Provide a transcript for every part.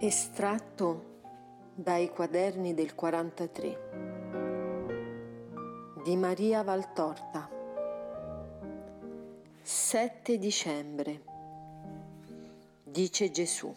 Estratto dai quaderni del 43 di Maria Valtorta. 7 dicembre. Dice Gesù: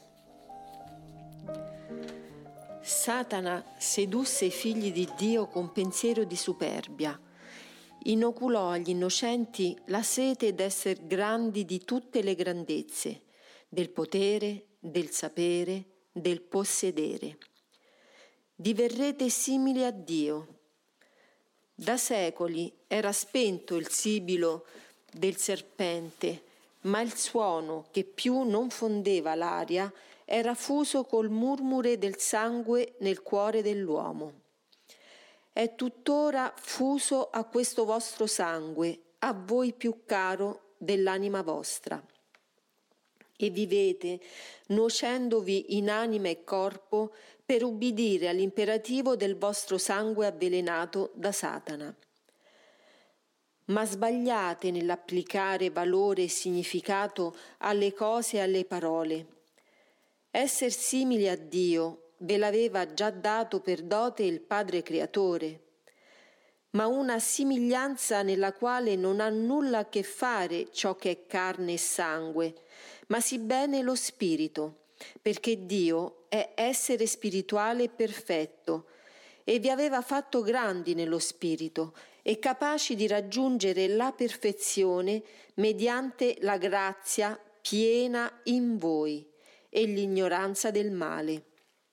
Satana sedusse i figli di Dio con pensiero di superbia, inoculò agli innocenti la sete d'esser grandi di tutte le grandezze, del potere, del sapere, del possedere. Diverrete simili a Dio. Da secoli era spento il sibilo del serpente, ma il suono che più non fondeva l'aria era fuso col murmure del sangue nel cuore dell'uomo. È tuttora fuso a questo vostro sangue, a voi più caro dell'anima vostra. E vivete, nuocendovi in anima e corpo, per ubbidire all'imperativo del vostro sangue avvelenato da Satana. Ma sbagliate nell'applicare valore e significato alle cose e alle parole. Esser simili a Dio ve l'aveva già dato per dote il Padre Creatore, ma una somiglianza nella quale non ha nulla a che fare ciò che è carne e sangue, ma sì bene lo spirito, perché Dio è essere spirituale perfetto e vi aveva fatto grandi nello spirito e capaci di raggiungere la perfezione mediante la grazia piena in voi e l'ignoranza del male.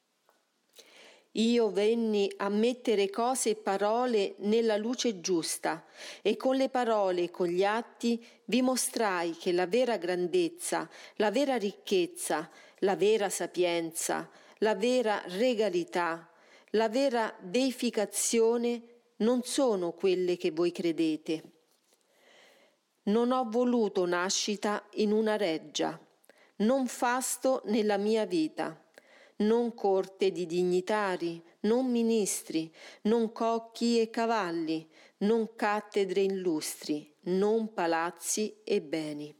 Io venni a mettere cose e parole nella luce giusta, e con le parole e con gli atti vi mostrai che la vera grandezza, la vera ricchezza, la vera sapienza, la vera regalità, la vera deificazione non sono quelle che voi credete. Non ho voluto nascita in una reggia, non fasto nella mia vita, non corte di dignitari, non ministri, non cocchi e cavalli, non cattedre illustri, non palazzi e beni.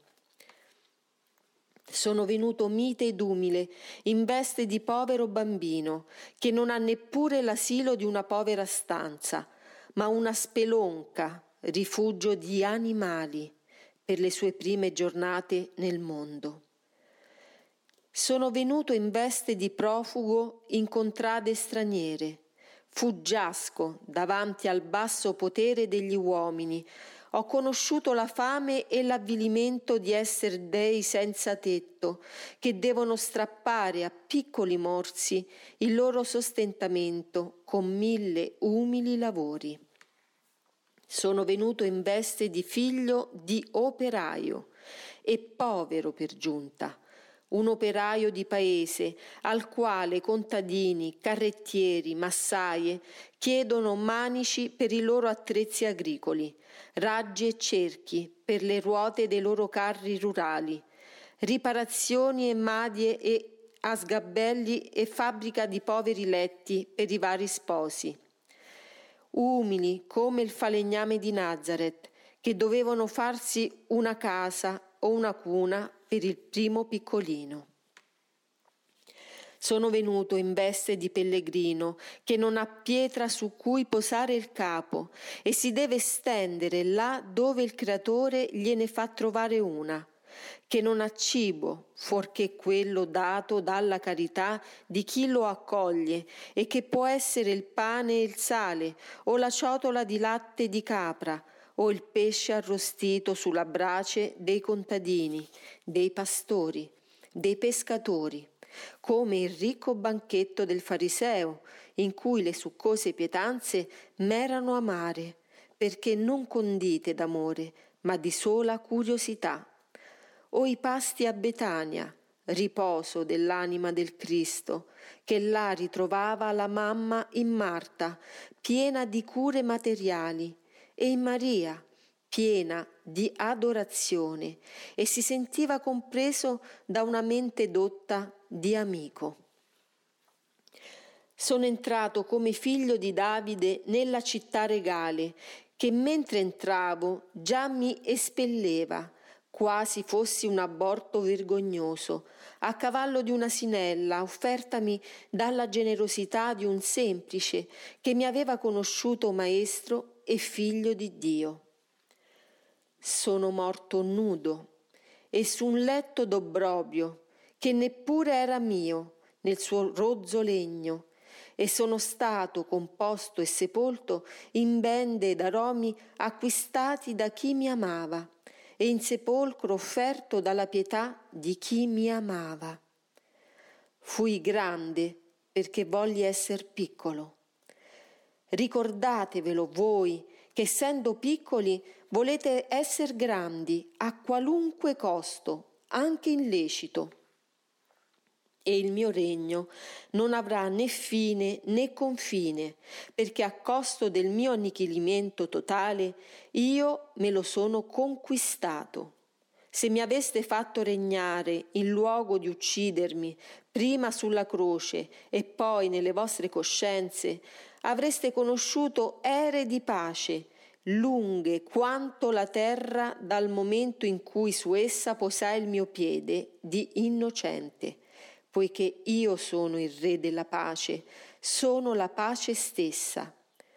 Sono venuto mite ed umile, in veste di povero bambino, che non ha neppure l'asilo di una povera stanza, ma una spelonca, rifugio di animali, per le sue prime giornate nel mondo. Sono venuto in veste di profugo in contrade straniere, fuggiasco davanti al basso potere degli uomini, ho conosciuto la fame e l'avvilimento di esser dei senza tetto, che devono strappare a piccoli morsi il loro sostentamento con 1000 umili lavori. Sono venuto in veste di figlio di operaio e povero per giunta, un operaio di paese al quale contadini, carrettieri, massaie chiedono manici per i loro attrezzi agricoli, raggi e cerchi per le ruote dei loro carri rurali, riparazioni e madie e asgabelli e fabbrica di poveri letti per i vari sposi. Umili come il falegname di Nazareth, che dovevano farsi una casa o una cuna per il primo piccolino. Sono venuto in veste di pellegrino, che non ha pietra su cui posare il capo e si deve stendere là dove il Creatore gliene fa trovare una, che non ha cibo fuorché quello dato dalla carità di chi lo accoglie e che può essere il pane e il sale o la ciotola di latte di capra o il pesce arrostito sulla brace dei contadini, dei pastori, dei pescatori, come il ricco banchetto del fariseo, in cui le succose pietanze m'erano amare, perché non condite d'amore, ma di sola curiosità, o i pasti a Betania, riposo dell'anima del Cristo, che là ritrovava la mamma in Marta, piena di cure materiali, e in Maria, piena di adorazione, e si sentiva compreso da una mente dotta di amico. Sono entrato come figlio di Davide nella città regale, che mentre entravo già mi espelleva, quasi fossi un aborto vergognoso, a cavallo di un'asinella offertami dalla generosità di un semplice che mi aveva conosciuto maestro e figlio di Dio. Sono morto nudo e su un letto d'obbrobrio che neppure era mio nel suo rozzo legno, e sono stato composto e sepolto in bende ed aromi acquistati da chi mi amava e in sepolcro offerto dalla pietà di chi mi amava. Fui grande perché volli esser piccolo. Ricordatevelo voi che essendo piccoli volete esser grandi a qualunque costo, anche illecito. E il mio regno non avrà né fine né confine, perché a costo del mio annichilimento totale io me lo sono conquistato. Se mi aveste fatto regnare in luogo di uccidermi, prima sulla croce e poi nelle vostre coscienze, avreste conosciuto ere di pace, lunghe quanto la terra dal momento in cui su essa posai il mio piede di innocente. Poiché io sono il Re della pace, sono la pace stessa.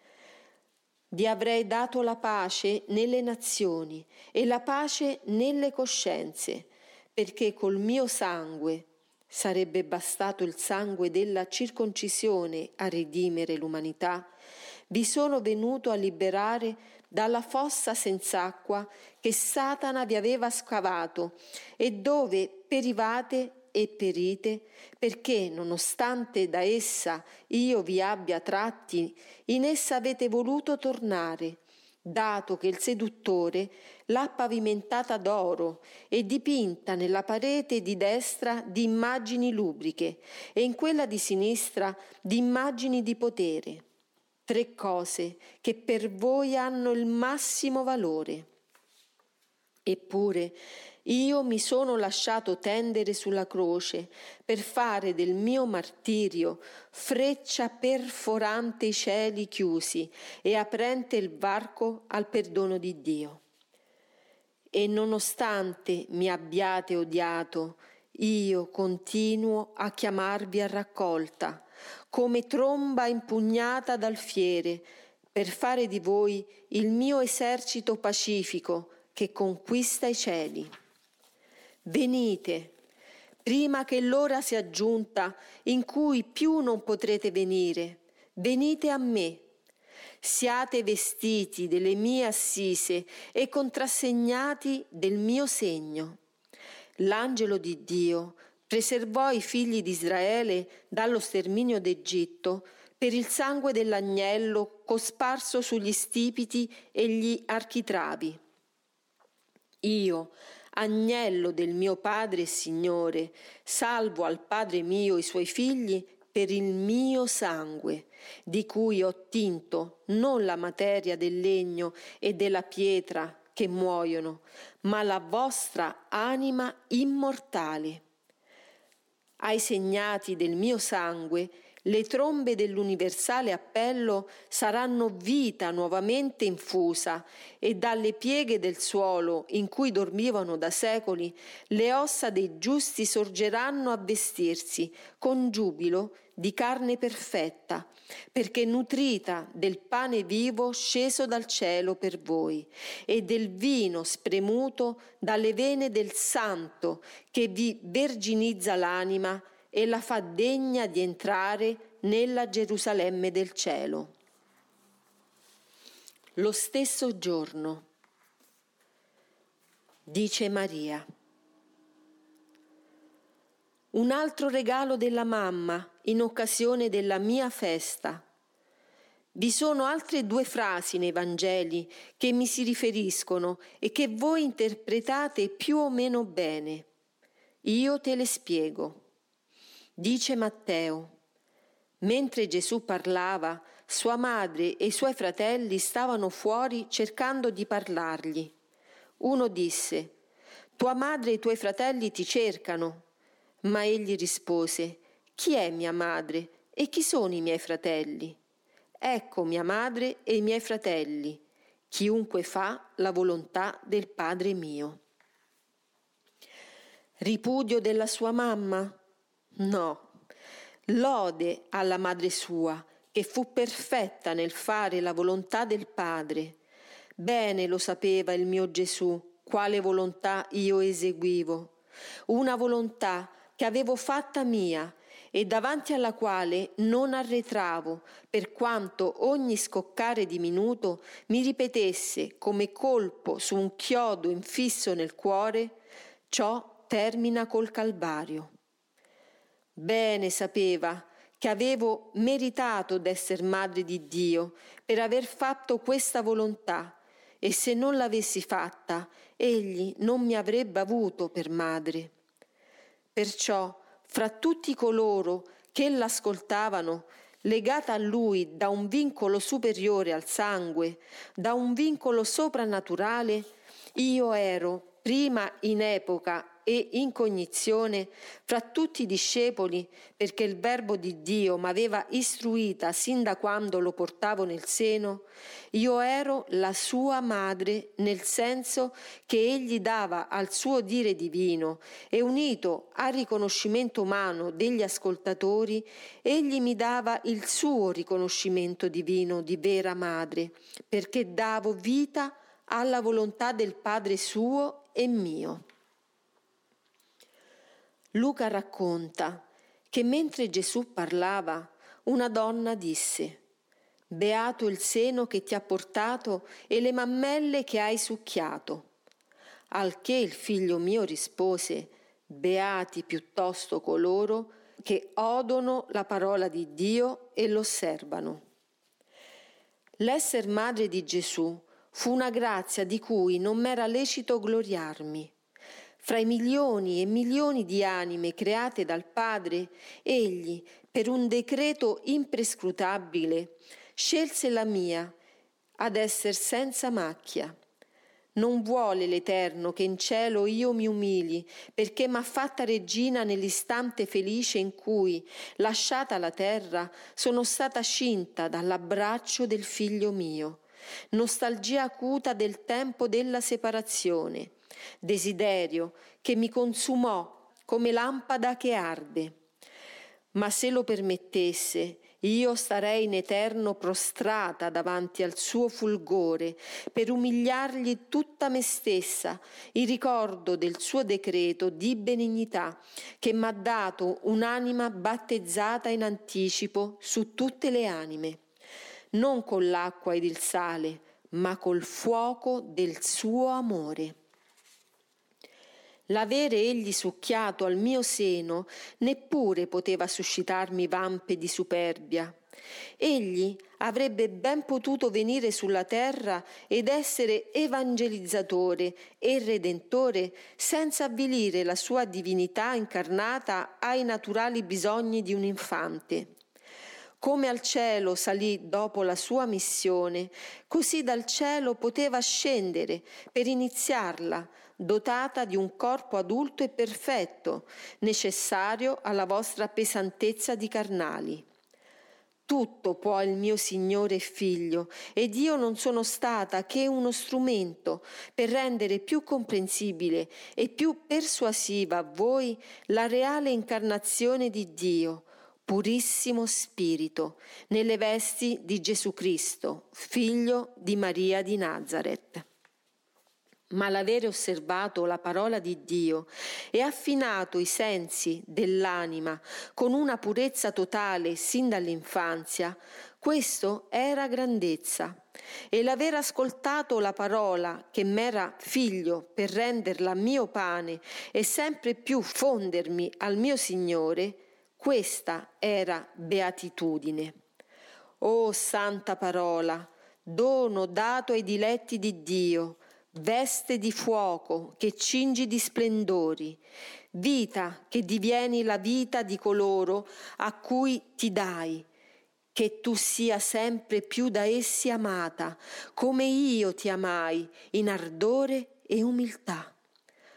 Vi avrei dato la pace nelle nazioni e la pace nelle coscienze, perché col mio sangue, sarebbe bastato il sangue della circoncisione a redimere l'umanità, vi sono venuto a liberare dalla fossa senz'acqua che Satana vi aveva scavato e dove perivate e perite, perché, nonostante da essa io vi abbia tratti, in essa avete voluto tornare, dato che il seduttore l'ha pavimentata d'oro e dipinta nella parete di destra di immagini lubriche e in quella di sinistra di immagini di potere. 3 cose che per voi hanno il massimo valore. Eppure io mi sono lasciato tendere sulla croce per fare del mio martirio freccia perforante i cieli chiusi e aprente il varco al perdono di Dio. E nonostante mi abbiate odiato, io continuo a chiamarvi a raccolta, come tromba impugnata dal fiere, per fare di voi il mio esercito pacifico che conquista i cieli. Venite, prima che l'ora sia giunta in cui più non potrete venire, venite a me. Siate vestiti delle mie assise e contrassegnati del mio segno. L'angelo di Dio preservò i figli di Israele dallo sterminio d'Egitto per il sangue dell'agnello cosparso sugli stipiti e gli architravi. Io, agnello del mio Padre e Signore, salvo al Padre mio i suoi figli per il mio sangue, di cui ho tinto non la materia del legno e della pietra che muoiono, ma la vostra anima immortale. Ai segnati del mio sangue, le trombe dell'universale appello saranno vita nuovamente infusa e dalle pieghe del suolo in cui dormivano da secoli le ossa dei giusti sorgeranno a vestirsi con giubilo di carne perfetta, perché nutrita del pane vivo sceso dal cielo per voi e del vino spremuto dalle vene del Santo che vi verginizza l'anima e la fa degna di entrare nella Gerusalemme del cielo. Lo stesso giorno, dice Maria, un altro regalo della mamma in occasione della mia festa. Vi sono altre 2 frasi nei Vangeli che mi si riferiscono e che voi interpretate più o meno bene. Io te le spiego. Dice Matteo: mentre Gesù parlava, sua madre e i suoi fratelli stavano fuori cercando di parlargli. Uno disse: tua madre e i tuoi fratelli ti cercano. Ma egli rispose: chi è mia madre e chi sono i miei fratelli? Ecco mia madre e i miei fratelli, chiunque fa la volontà del Padre mio. Ripudio della sua mamma? No. Lode alla madre sua, che fu perfetta nel fare la volontà del Padre. Bene lo sapeva il mio Gesù, quale volontà io eseguivo. Una volontà che avevo fatta mia e davanti alla quale non arretravo, per quanto ogni scoccare di minuto mi ripetesse come colpo su un chiodo infisso nel cuore: ciò termina col Calvario. Bene sapeva che avevo meritato d'esser madre di Dio per aver fatto questa volontà, e se non l'avessi fatta, egli non mi avrebbe avuto per madre. Perciò, fra tutti coloro che l'ascoltavano, legata a lui da un vincolo superiore al sangue, da un vincolo soprannaturale, io ero, prima in epoca e in cognizione, fra tutti i discepoli, perché il Verbo di Dio m'aveva istruita sin da quando lo portavo nel seno, io ero la sua madre, nel senso che egli dava al suo dire divino e unito al riconoscimento umano degli ascoltatori, egli mi dava il suo riconoscimento divino di vera madre, perché davo vita alla volontà del Padre suo e mio. Luca racconta che mentre Gesù parlava, una donna disse: «Beato il seno che ti ha portato e le mammelle che hai succhiato». Al che il figlio mio rispose: «Beati piuttosto coloro che odono la parola di Dio e l'osservano». L'esser madre di Gesù fu una grazia di cui non m'era lecito gloriarmi. Fra i milioni e milioni di anime create dal Padre, egli, per un decreto imprescrutabile, scelse la mia ad esser senza macchia. Non vuole l'Eterno che in cielo io mi umili, perché m'ha fatta regina nell'istante felice in cui, lasciata la terra, sono stata scinta dall'abbraccio del figlio mio. Nostalgia acuta del tempo della separazione, desiderio che mi consumò come lampada che arde. Ma se lo permettesse, io starei in eterno prostrata davanti al suo fulgore per umiliargli tutta me stessa, in ricordo del suo decreto di benignità che m'ha dato un'anima battezzata in anticipo su tutte le anime, non con l'acqua ed il sale, ma col fuoco del suo amore. L'avere egli succhiato al mio seno neppure poteva suscitarmi vampe di superbia. Egli avrebbe ben potuto venire sulla terra ed essere evangelizzatore e redentore senza avvilire la sua divinità incarnata ai naturali bisogni di un infante. Come al cielo salì dopo la sua missione, così dal cielo poteva scendere per iniziarla, dotata di un corpo adulto e perfetto, necessario alla vostra pesantezza di carnali. Tutto può il mio Signore e Figlio, ed io non sono stata che uno strumento per rendere più comprensibile e più persuasiva a voi la reale incarnazione di Dio, purissimo Spirito, nelle vesti di Gesù Cristo, figlio di Maria di Nazaret. Ma l'avere osservato la parola di Dio e affinato i sensi dell'anima con una purezza totale sin dall'infanzia, questo era grandezza. E l'aver ascoltato la parola che m'era figlio per renderla mio pane e sempre più fondermi al mio Signore, questa era beatitudine. O santa parola, dono dato ai diletti di Dio, veste di fuoco che cingi di splendori, vita che divieni la vita di coloro a cui ti dai, che tu sia sempre più da essi amata, come io ti amai, in ardore e umiltà.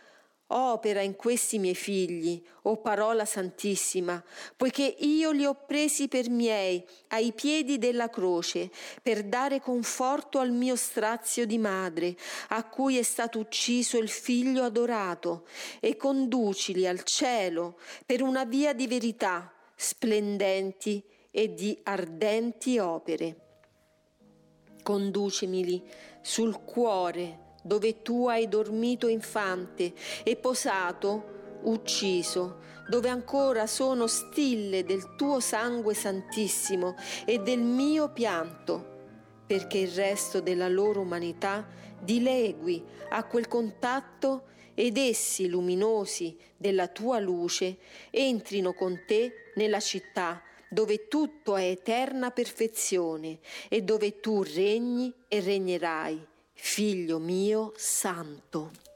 Opera in questi miei figli, o parola santissima, poiché io li ho presi per miei ai piedi della croce, per dare conforto al mio strazio di madre, a cui è stato ucciso il figlio adorato, e conducili al cielo per una via di verità, splendenti e di ardenti opere. Conducimili sul cuore dove tu hai dormito infante e posato, ucciso, dove ancora sono stille del tuo sangue santissimo e del mio pianto, perché il resto della loro umanità dilegui a quel contatto ed essi, luminosi della tua luce, entrino con te nella città dove tutto è eterna perfezione e dove tu regni e regnerai, Figlio mio santo.